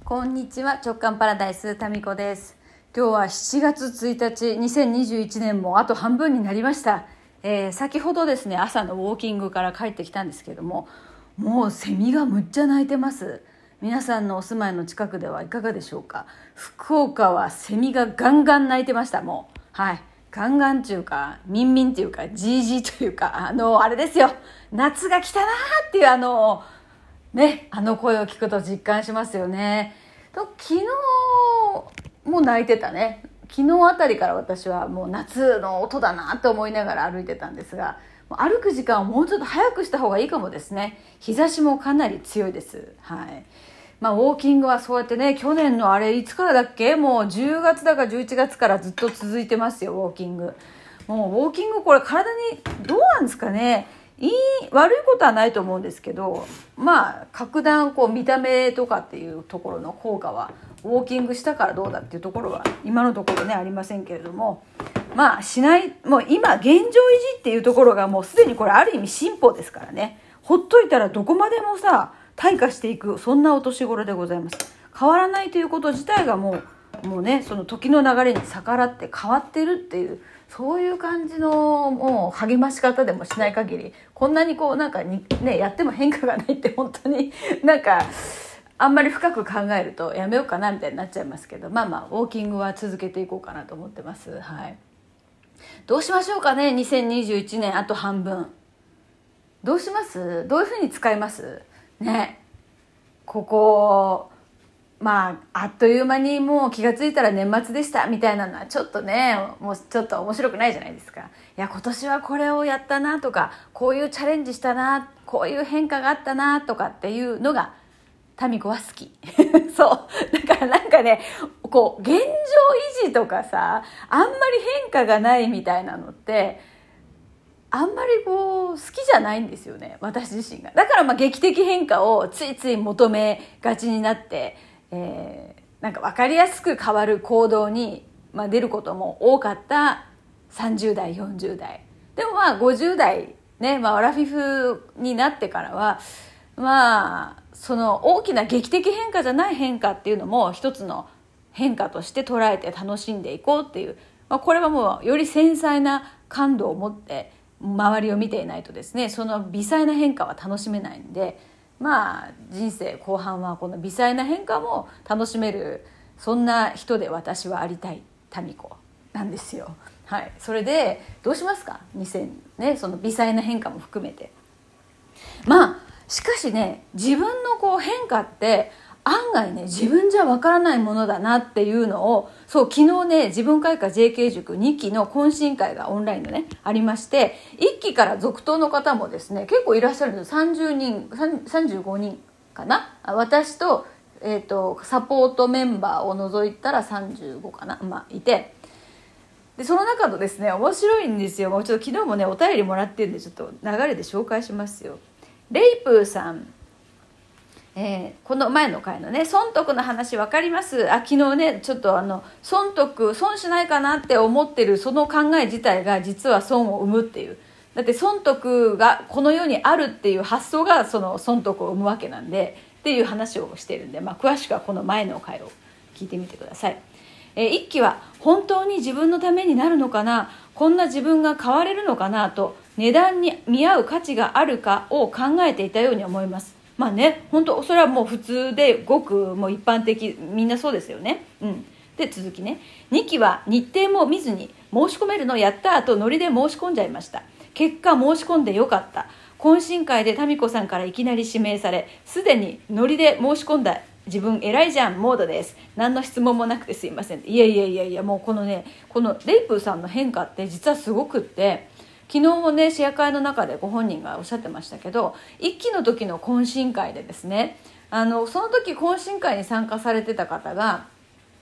こんにちは、直感パラダイスタミコです。今日は7月1日、2021年もあと半分になりました。先ほどですね、朝のウォーキングから帰ってきたんですけども、もうセミがむっちゃ鳴いてます。皆さんのお住まいの近くではいかがでしょうか。福岡はセミがガンガン鳴いてました。もうガンガンっていうかミンミンっていうかジージーというかあれですよ、夏が来たなーっていうあの声を聞くと実感しますよね。昨日も泣いてたね。昨日あたりから私はもう夏の音だなと思いながら歩いてたんですが、歩く時間をもうちょっと早くした方がいいかもですね。日差しもかなり強いです。ウォーキングはそうやってね、去年のいつからだっけ、もう10月だか11月からずっと続いてますよ、ウォーキング。もうウォーキングこれ体にどうなんですかね。悪いことはないと思うんですけど、格段見た目とかっていうところの効果はウォーキングしたからどうだっていうところは今のところねありませんけれども、しない、もう今現状維持っていうところがもうすでにこれある意味進歩ですからね。ほっといたらどこまでも退化していく、そんなお年頃でございます。変わらないということ自体がもうね、その時の流れに逆らって変わってるっていう、そういう感じのもう励まし方でもしない限り、こんなにやっても変化がないって本当にあんまり深く考えるとやめようかなみたいになっちゃいますけど、ウォーキングは続けていこうかなと思ってます。どうしましょうかね。2021年あと半分どうします？どういうふうに使いますね。ここあっという間にもう気がついたら年末でしたみたいなのはちょっとね、もうちょっと面白くないじゃないですか。いや、今年はこれをやったなとか、こういうチャレンジしたな、こういう変化があったなとかっていうのがタミコは好きそうだから現状維持とかあんまり変化がないみたいなのってあんまり好きじゃないんですよね、私自身が。だから劇的変化をついつい求めがちになって、分かりやすく変わる行動に、出ることも多かった30代40代でも50代ね、アラフィフになってからはその大きな劇的変化じゃない変化っていうのも一つの変化として捉えて楽しんでいこうっていう、これはもうより繊細な感度を持って周りを見ていないとですね、その微細な変化は楽しめないんで、人生後半はこの微細な変化も楽しめる、そんな人で私はありたいタミコなんですよ。それでどうしますか2000ね、その微細な変化も含めて。しかしね、自分の変化って案外ね、自分じゃわからないものだなっていうのを、昨日ね、自分開花 JK 塾2期の懇親会がオンラインのねありまして、1期から続投の方もですね結構いらっしゃるんです。30人35人かな。私と、サポートメンバーを除いたら35かな、いて、でその中のですね、面白いんですよ。もうちょっと昨日もねお便りもらってるんで、ちょっと流れで紹介しますよ。レイプーさん、この前の回のね、損得の話分かります。昨日ね、ちょっと損しないかなって思ってるその考え自体が実は損を生むっていう。だって損得がこの世にあるっていう発想がその損得を生むわけなんでっていう話をしてるんで、詳しくはこの前の回を聞いてみてください。一期は本当に自分のためになるのかな、こんな自分が変われるのかなと、値段に見合う価値があるかを考えていたように思います。本当それはもう普通でごくもう一般的、みんなそうですよね。で続きね、2期は日程も見ずに申し込めるのやったとノリで申し込んじゃいました。結果申し込んでよかった。懇親会でタミコさんからいきなり指名され、すでにノリで申し込んだ自分偉いじゃんモードです。何の質問もなくてすいません。いやもうこのレイプーさんの変化って実はすごくって、昨日もねシェア会の中でご本人がおっしゃってましたけど、1期の時の懇親会でですね、その時懇親会に参加されてた方が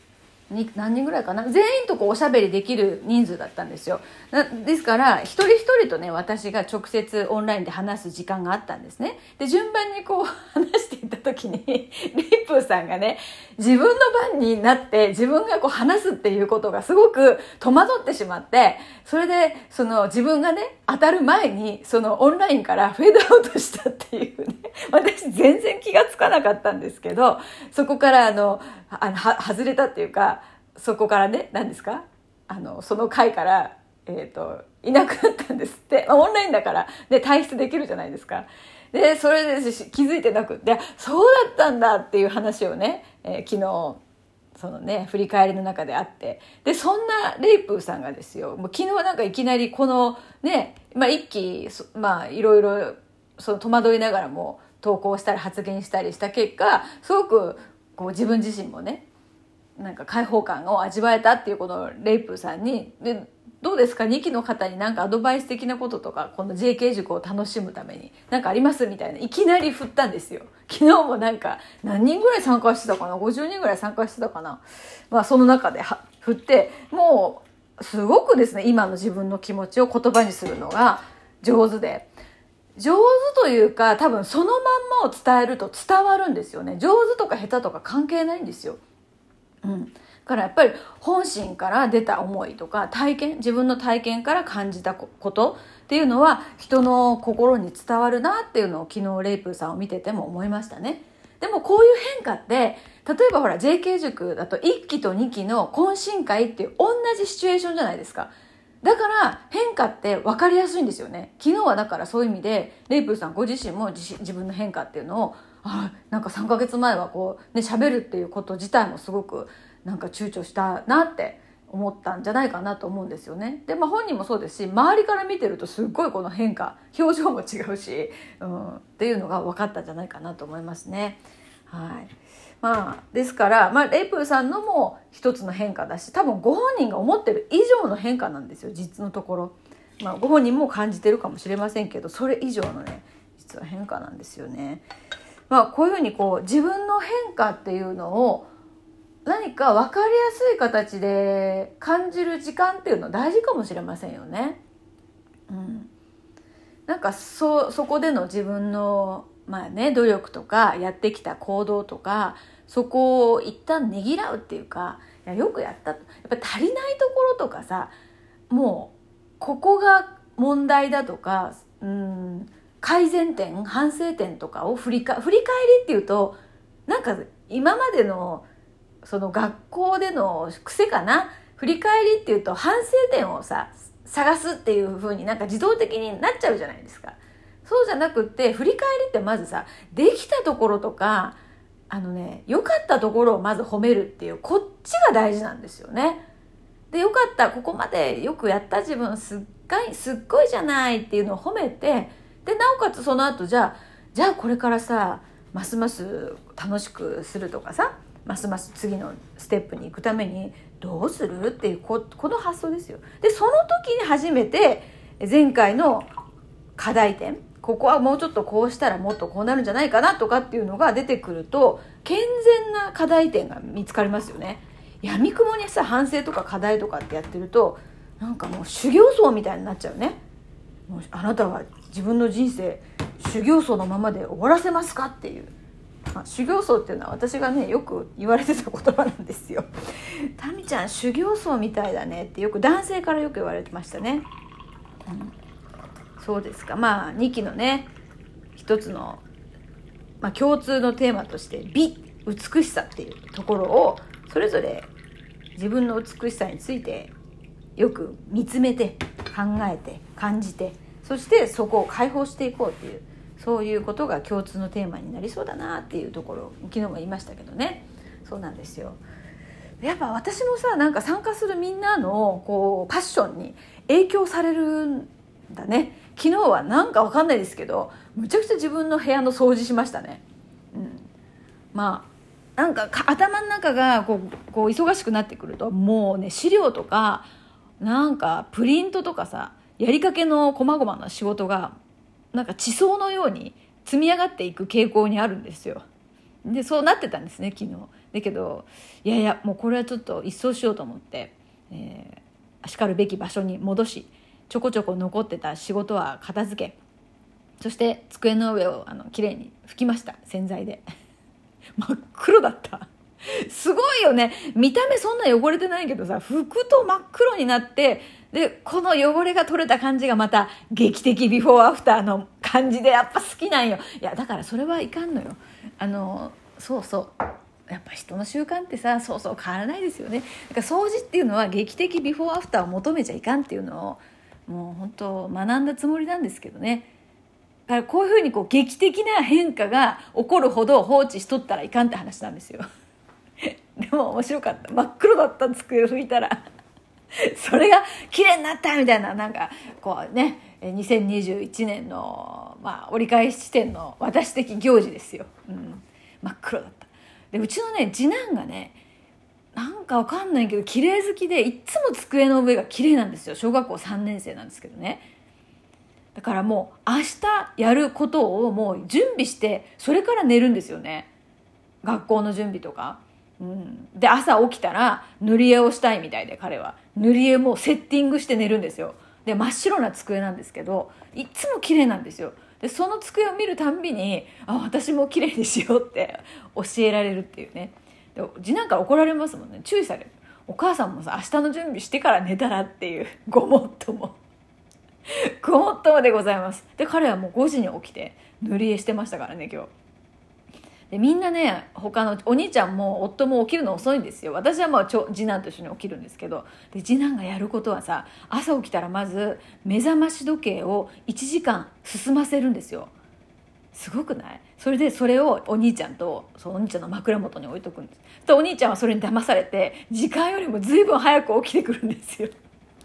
何人ぐらいかな、全員とこうおしゃべりできる人数だったんですよ。ですから一人一人とね、私が直接オンラインで話す時間があったんですね。で順番にこう話していった時にレイプーさんがね、自分の番になって自分がこう話すっていうことがすごく戸惑ってしまって、それでその自分がね当たる前にそのオンラインからフェードアウトしたっていうね、私全然気がつかなかったんですけど、そこから外れたっていうか、そこからね、何ですか、その回から、いなくなったんですって。オンラインだからで退出できるじゃないですか。でそれで気づいてなくって、そうだったんだっていう話をね、昨日そのね振り返りの中であって、でそんなレイプーさんがですよ、もう昨日なんかいきなりこのね、一期いろいろその戸惑いながらも投稿したり発言したりした結果、すごくこう自分自身もねなんか解放感を味わえたっていうこのレイプーさんに、でどうですか、2期の方になんかアドバイス的なこととか、この JK 塾を楽しむためになんかありますみたいな、いきなり振ったんですよ。昨日もなんか何人ぐらい参加してたかな、50人ぐらい参加してたかな、その中で振って、もうすごくですね、今の自分の気持ちを言葉にするのが上手で、上手というか多分そのまんまを伝えると伝わるんですよね。上手とか下手とか関係ないんですよ。だからやっぱり本心から出た思いとか自分の体験から感じたことっていうのは人の心に伝わるなっていうのを昨日レイプーさんを見てても思いましたね。でもこういう変化って例えばほら JK 塾だと1期と2期の懇親会っていう同じシチュエーションじゃないですか。だから変化って分かりやすいんですよね。昨日はだからそういう意味でレイプーさんご自身も自分の変化っていうのをなんか3ヶ月前はこうね喋るっていうこと自体もすごくなんか躊躇したなって思ったんじゃないかなと思うんですよね。で本人もそうですし、周りから見てるとすっごいこの変化、表情も違うし、っていうのが分かったんじゃないかなと思いますね。はい。ですから、レイプーさんのも一つの変化だし、多分ご本人が思ってる以上の変化なんですよ、実のところ。ご本人も感じてるかもしれませんけど、それ以上のね実は変化なんですよね。こういうふうにこう自分の変化っていうのを何か分かりやすい形で感じる時間っていうのは大事かもしれませんよね。なんかそこでの自分の努力とかやってきた行動とか、そこを一旦ねぎらうっていうか、よくやったと、やっぱり足りないところとかさ、もうここが問題だとか、改善点反省点とかを振り返りっていうと、なんか今までのその学校での癖かな、振り返りっていうと反省点を探すっていう風になんか自動的になっちゃうじゃないですか。そうじゃなくって、振り返りってまずできたところとか良かったところをまず褒めるっていう、こっちが大事なんですよね。で良かった、ここまでよくやった自分すっごいじゃないっていうのを褒めて、でなおかつその後じゃあこれからますます楽しくするとかますます次のステップに行くためにどうするっていうこの発想ですよ。でその時に初めて前回の課題点、ここはもうちょっとこうしたらもっとこうなるんじゃないかなとかっていうのが出てくると、健全な課題点が見つかりますよね。闇雲に反省とか課題とかってやってると、なんかもう修行僧みたいになっちゃうね。もうあなたは自分の人生修行僧のままで終わらせますかっていう、修行僧っていうのは私がねよく言われてた言葉なんですよ。タミちゃん修行僧みたいだねってよく男性からよく言われてましたね。そうですか。2期のね一つの、共通のテーマとして美しさっていうところをそれぞれ自分の美しさについてよく見つめて考えて感じて、そしてそこを解放していこうっていう、そういうことが共通のテーマになりそうだなっていうところを昨日も言いましたけどね。そうなんですよ。やっぱ私もなんか参加するみんなのこうパッションに影響されるんだね。昨日はなんかわかんないですけど、むちゃくちゃ自分の部屋の掃除しましたね。なんか頭の中がこう忙しくなってくると、もうね資料とかなんかプリントとかやりかけの細々な仕事がなんか地層のように積み上がっていく傾向にあるんですよ。 でそうなってたんですね昨日。だけどいやいやもうこれはちょっと一掃しようと思って、しかるべき場所に戻し、ちょこちょこ残ってた仕事は片付け、そして机の上をきれいに拭きました、洗剤で。真っ黒だった。すごいよね。見た目そんな汚れてないけどさ、拭くと真っ黒になって、でこの汚れが取れた感じがまた劇的ビフォーアフターの感じでやっぱ好きなんよ。いやだからそれはいかんのよ。そうそうやっぱ人の習慣ってさ、そうそう変わらないですよね。だから掃除っていうのは劇的ビフォーアフターを求めちゃいかんっていうのをもう本当学んだつもりなんですけどね。だからこういうふうに劇的な変化が起こるほど放置しとったらいかんって話なんですよ。でも面白かった。真っ黒だった机を拭いたらそれが綺麗になったみたいな、なんかこうね、2021年の、折り返し地点の私的行事ですよ、真っ黒だった。でうちのね次男がね、なんかわかんないけど綺麗好きで、いつも机の上が綺麗なんですよ。小学校3年生なんですけどね。だからもう明日やることをもう準備して、それから寝るんですよね、学校の準備とか。で朝起きたら塗り絵をしたいみたいで、彼は塗り絵もセッティングして寝るんですよ。で真っ白な机なんですけど、いつも綺麗なんですよ。でその机を見るたんびに、私も綺麗にしようって教えられるっていうね。で次男から怒られますもんね、注意される。お母さんもさ明日の準備してから寝たらっていう、ごもっともごもっともでございます。で彼はもう5時に起きて塗り絵してましたからね今日。でみんなね、他のお兄ちゃんも夫も起きるの遅いんですよ。私は次男と一緒に起きるんですけど、で次男がやることはさ、朝起きたらまず目覚まし時計を1時間進ませるんですよ。すごくない？それでそれをお兄ちゃんと、そのお兄ちゃんの枕元に置いとくんです。でお兄ちゃんはそれに騙されて時間よりも随分早く起きてくるんですよ。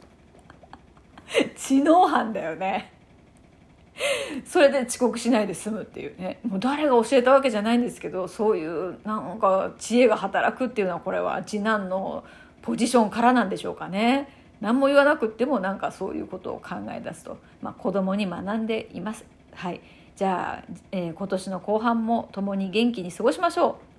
知能犯だよね。それで遅刻しないで済むっていうね。もう誰が教えたわけじゃないんですけど、そういうなんか知恵が働くっていうのは、これは次男のポジションからなんでしょうかね。何も言わなくってもなんかそういうことを考え出すと、子供に学んでいます。はい。じゃあ、今年の後半も共に元気に過ごしましょう。